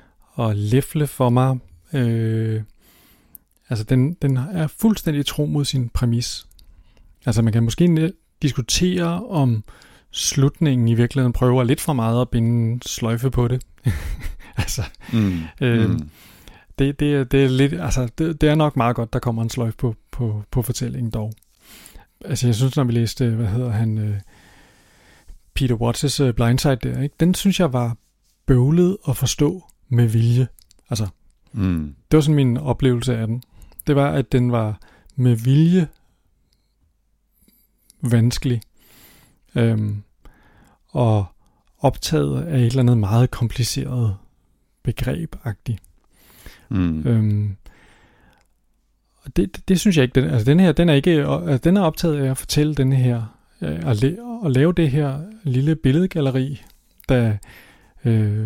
Speaker 1: og læfle for mig. Øh, altså, den, den er fuldstændig tro mod sin præmis. Altså, man kan måske diskutere, om slutningen i virkeligheden prøver lidt for meget at binde sløjfe på det. altså, mm. Øh, mm. Det, det, det er lidt, altså, det, det er nok meget godt, der kommer en sløjfe på, på, på fortællingen dog. Altså, jeg synes, når vi læste, hvad hedder han, øh, Peter Watts' uh, Blindside der, ikke? Den synes jeg var bøvlet at forstå med vilje. Altså, mm. det var sådan min oplevelse af den. Det var, at den var med vilje vanskelig. Øhm, og optaget af et eller andet meget kompliceret begreb-agtigt. Mm. Øhm, og det, det, det synes jeg ikke, den, altså den her, den er ikke, altså den er optaget af at fortælle den her, at, la- at lave det her lille billedgalleri, der øh,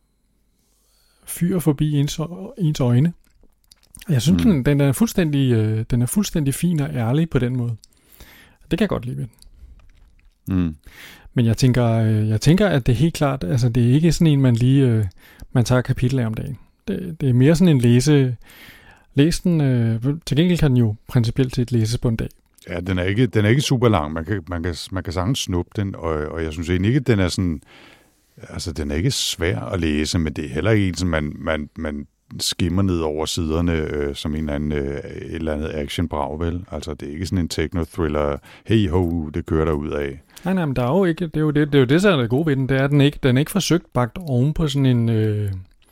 Speaker 1: fyrer forbi ens, ens øjne. Jeg synes, mm. den, den, er fuldstændig, øh, den er fuldstændig fin og ærlig på den måde. Det kan jeg godt lide ved den. Mm. Men jeg tænker, øh, jeg tænker, at det er helt klart, altså det er ikke sådan en, man lige, øh, man tager kapitel af om dagen. Det, det er mere sådan en læse, læse den, øh, til gengæld kan den jo principielt set læses på en dag.
Speaker 2: Ja, den er ikke, den er ikke super lang. Man kan, man kan, man kan sagtens snuppe den, og, og jeg synes egentlig ikke, at den er sådan, altså den er ikke svær at læse, men det er heller ikke en, som man, man, man skimmer ned over siderne øh, som en eller anden, øh, et eller andet action-brag, vel? Altså, det er ikke sådan en techno-thriller, hey ho, det kører der ud af.
Speaker 1: Nej, nej, men der er jo ikke, det er jo det, det, er jo det, der er det gode ved den, det er, at den ikke, den er ikke forsøgt bagt oven på sådan en øh,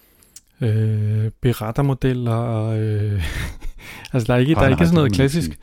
Speaker 1: øh, berettermodel, og øh, altså, der er ikke, der er ikke sådan noget klassisk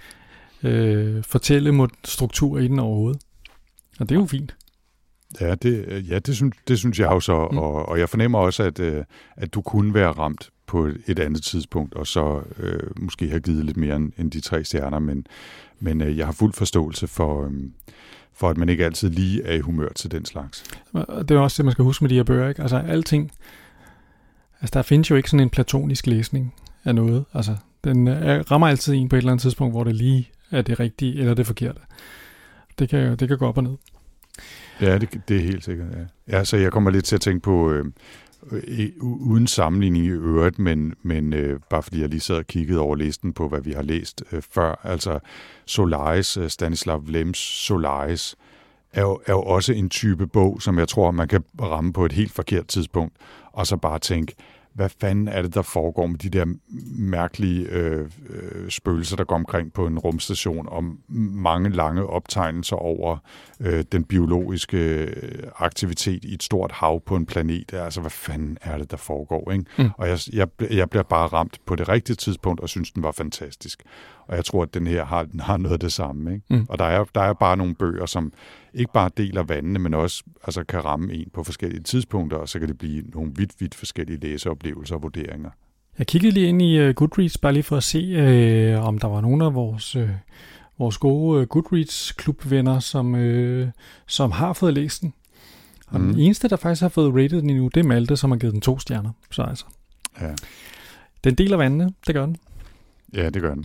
Speaker 1: øh, fortællestruktur i den overhovedet. Og det er jo fint.
Speaker 2: Ja, det, ja, det, synes, det synes jeg også, mm. og, og jeg fornemmer også, at, at du kunne være ramt på et andet tidspunkt, og så øh, måske have givet lidt mere end, end de tre stjerner, men, men øh, jeg har fuld forståelse for, øh, for, at man ikke altid lige er i humør til den slags.
Speaker 1: Det er også det, man skal huske med de her bøger, ikke? Altså alting, altså der findes jo ikke sådan en platonisk læsning af noget, altså den er, rammer altid en på et eller andet tidspunkt, hvor det lige er det rigtige eller det forkerte. Det kan, det kan gå op og ned.
Speaker 2: Ja, det, det er helt sikkert, ja. Ja, så jeg kommer lidt til at tænke på, øh, øh, uden sammenligning i øvrigt, men, men øh, bare fordi jeg lige sad og kiggede over listen på, hvad vi har læst øh, før, altså Solaris, øh, Stanislav Lems Solaris, er jo, er jo også en type bog, som jeg tror, man kan ramme på et helt forkert tidspunkt, og så bare tænke, hvad fanden er det, der foregår med de der mærkelige øh, øh, spøgelser, der går omkring på en rumstation, og mange lange optegnelser over øh, den biologiske aktivitet i et stort hav på en planet. Altså, hvad fanden er det, der foregår? Ikke? Mm. Og jeg, jeg, jeg bliver bare ramt på det rigtige tidspunkt, og synes, den var fantastisk. Og jeg tror, at den her har, har noget af det samme. Ikke? Mm. Og der er, der er bare nogle bøger, som ikke bare deler vandene, men også altså, kan ramme en på forskellige tidspunkter, og så kan det blive nogle vidt, vidt forskellige læseoplevelser og vurderinger. Jeg
Speaker 1: kiggede lige ind i uh, Goodreads, bare lige for at se, uh, om der var nogen af vores, uh, vores gode uh, Goodreads-klubvenner, som, uh, som har fået læst den. Og mm. den eneste, der faktisk har fået rated den endnu, det er Malte, som har givet den to stjerner. Så altså,
Speaker 2: ja.
Speaker 1: Den deler vandene, det gør den.
Speaker 2: Ja, det gør den.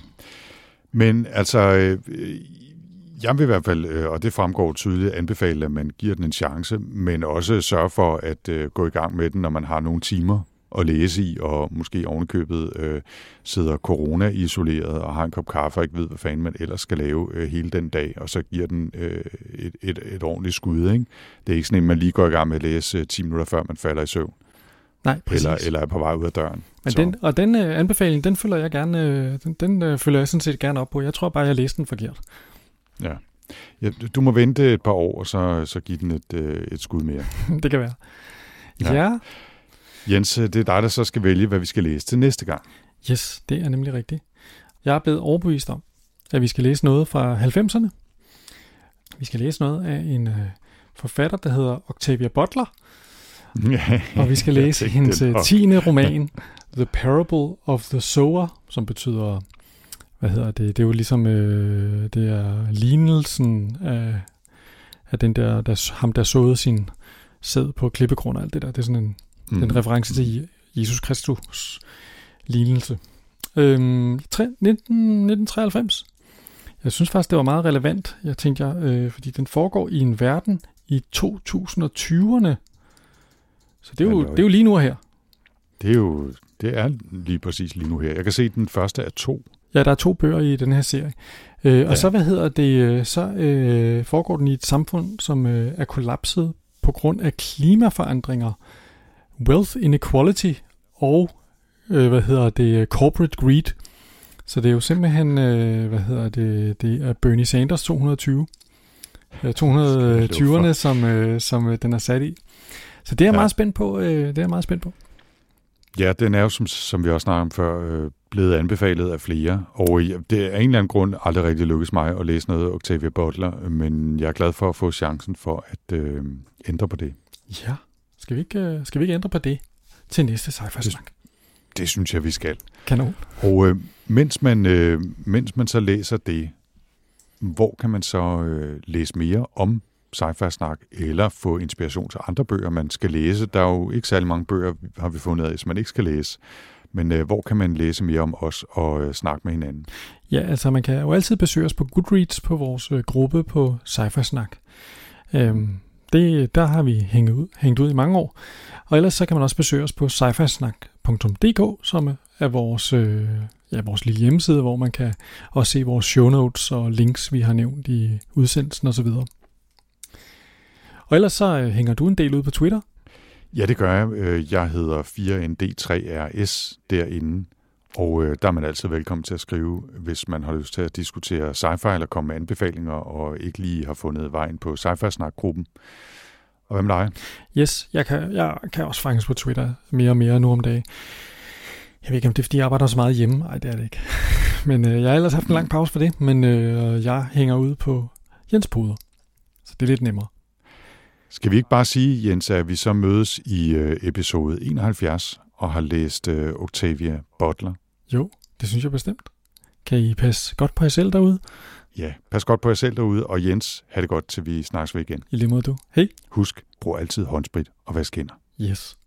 Speaker 2: Men altså, øh, jeg vil i hvert fald, øh, og det fremgår tydeligt, anbefale, at man giver den en chance, men også sørge for at øh, gå i gang med den, når man har nogle timer at læse i, og måske ovenikøbet øh, sidder corona-isoleret og har en kop kaffe og ikke ved, hvad fanden man ellers skal lave øh, hele den dag, og så giver den øh, et, et, et ordentligt skud. Ikke? Det er ikke sådan, at man lige går i gang med at læse øh, ti minutter, før man falder i søvn.
Speaker 1: Nej,
Speaker 2: eller, eller er på vej ud af døren.
Speaker 1: Men den, og den øh, anbefaling, den følger jeg gerne, øh, den, den øh, følger jeg sådan set gerne op på. Jeg tror bare, jeg læste den forkert.
Speaker 2: Ja. Ja, du må vente et par år, og så, så give den et, øh, et skud mere.
Speaker 1: Det kan være. Ja. ja.
Speaker 2: Jens, det er dig, der så skal vælge, hvad vi skal læse til næste gang.
Speaker 1: Yes, det er nemlig rigtigt. Jeg er blevet overbevist om, at vi skal læse noget fra halvfemserne. Vi skal læse noget af en øh, forfatter, der hedder Octavia Butler. Og vi skal læse hendes tiende roman, The Parable of the Sower, som betyder, hvad hedder det, det er jo ligesom, øh, det er lignelsen af, af den der, der, ham der såede sin sæd på klippegrund og alt det der. Det er sådan en, mm. en reference til Jesus Kristus lignelse. Øhm, nitten treoghalvfems. Jeg synes faktisk, det var meget relevant, jeg tænkte jeg, øh, fordi den foregår i en verden i to tusind og tyverne. Så det er, jo, det er jo lige nu her.
Speaker 2: Det er jo det er lige præcis lige nu her. Jeg kan se den første af to.
Speaker 1: Ja, der er to bøger i den her serie. Øh, og
Speaker 2: Ja.
Speaker 1: så, hvad hedder det, så øh, foregår den i et samfund, som øh, er kollapset på grund af klimaforandringer, wealth inequality og, øh, hvad hedder det, corporate greed. Så det er jo simpelthen, øh, hvad hedder det, det er Bernie Sanders to hundrede og tyve. Øh, to hundrede og tyverne, som, øh, som øh, den er sat i. Så det er jeg
Speaker 2: Ja.
Speaker 1: meget spændt på. Øh, det er jeg meget spændt på.
Speaker 2: Ja, den er jo, som, som vi også snakkede om før, øh, blevet anbefalet af flere. Og ja, det er af en eller anden grund aldrig rigtig lykkedes mig at læse noget af Octavia Butler, men jeg er glad for at få chancen for at øh, ændre på det.
Speaker 1: Ja, skal vi, ikke, øh, skal vi ikke ændre på det til næste sci-fi-snak?
Speaker 2: Det synes jeg, vi skal.
Speaker 1: Kanon.
Speaker 2: Og øh, mens, man, øh, mens man så læser det, hvor kan man så øh, læse mere om sci-fi-snak, eller få inspiration til andre bøger, man skal læse? Der er jo ikke særlig mange bøger, har vi fundet af, som man ikke skal læse. Men øh, hvor kan man læse mere om os og øh, snakke med hinanden?
Speaker 1: Ja, altså man kan jo altid besøge os på Goodreads på vores øh, gruppe på Sci-Fi-snak. Øhm, det, der har vi hængt ud, hængt ud i mange år. Og ellers så kan man også besøge os på sci fi snak punktum d k, som er vores, øh, ja, vores lille hjemmeside, hvor man kan også se vores show notes og links, vi har nævnt i udsendelsen osv. Og ellers så øh, hænger du en del ud på Twitter.
Speaker 2: Ja, det gør jeg. Øh, Jeg hedder fire N D tre R S derinde, og øh, der er man altid velkommen til at skrive, hvis man har lyst til at diskutere sci-fi eller komme med anbefalinger, og ikke lige har fundet vejen på Sci-Fi-Snak-gruppen. Og hvad med dig?
Speaker 1: Yes, jeg kan, jeg kan også fanges på Twitter mere og mere nu om dagen. Jeg ved ikke, om det er, fordi jeg arbejder så meget hjemme. Nej, det er det ikke. Men øh, jeg har ellers haft en lang pause for det, men øh, jeg hænger ud på Jens Puder. Så det er lidt nemmere.
Speaker 2: Skal vi ikke bare sige, Jens, at vi så mødes i øh, episode enoghalvfjerds og har læst øh, Octavia Butler?
Speaker 1: Jo, det synes jeg bestemt. Kan I passe godt på jer selv derude?
Speaker 2: Ja, pas godt på jer selv derude, og Jens, have det godt, til vi snakkes ved igen.
Speaker 1: I lige måde du. Hej.
Speaker 2: Husk, brug altid håndsprit og vask hænder.
Speaker 1: Yes.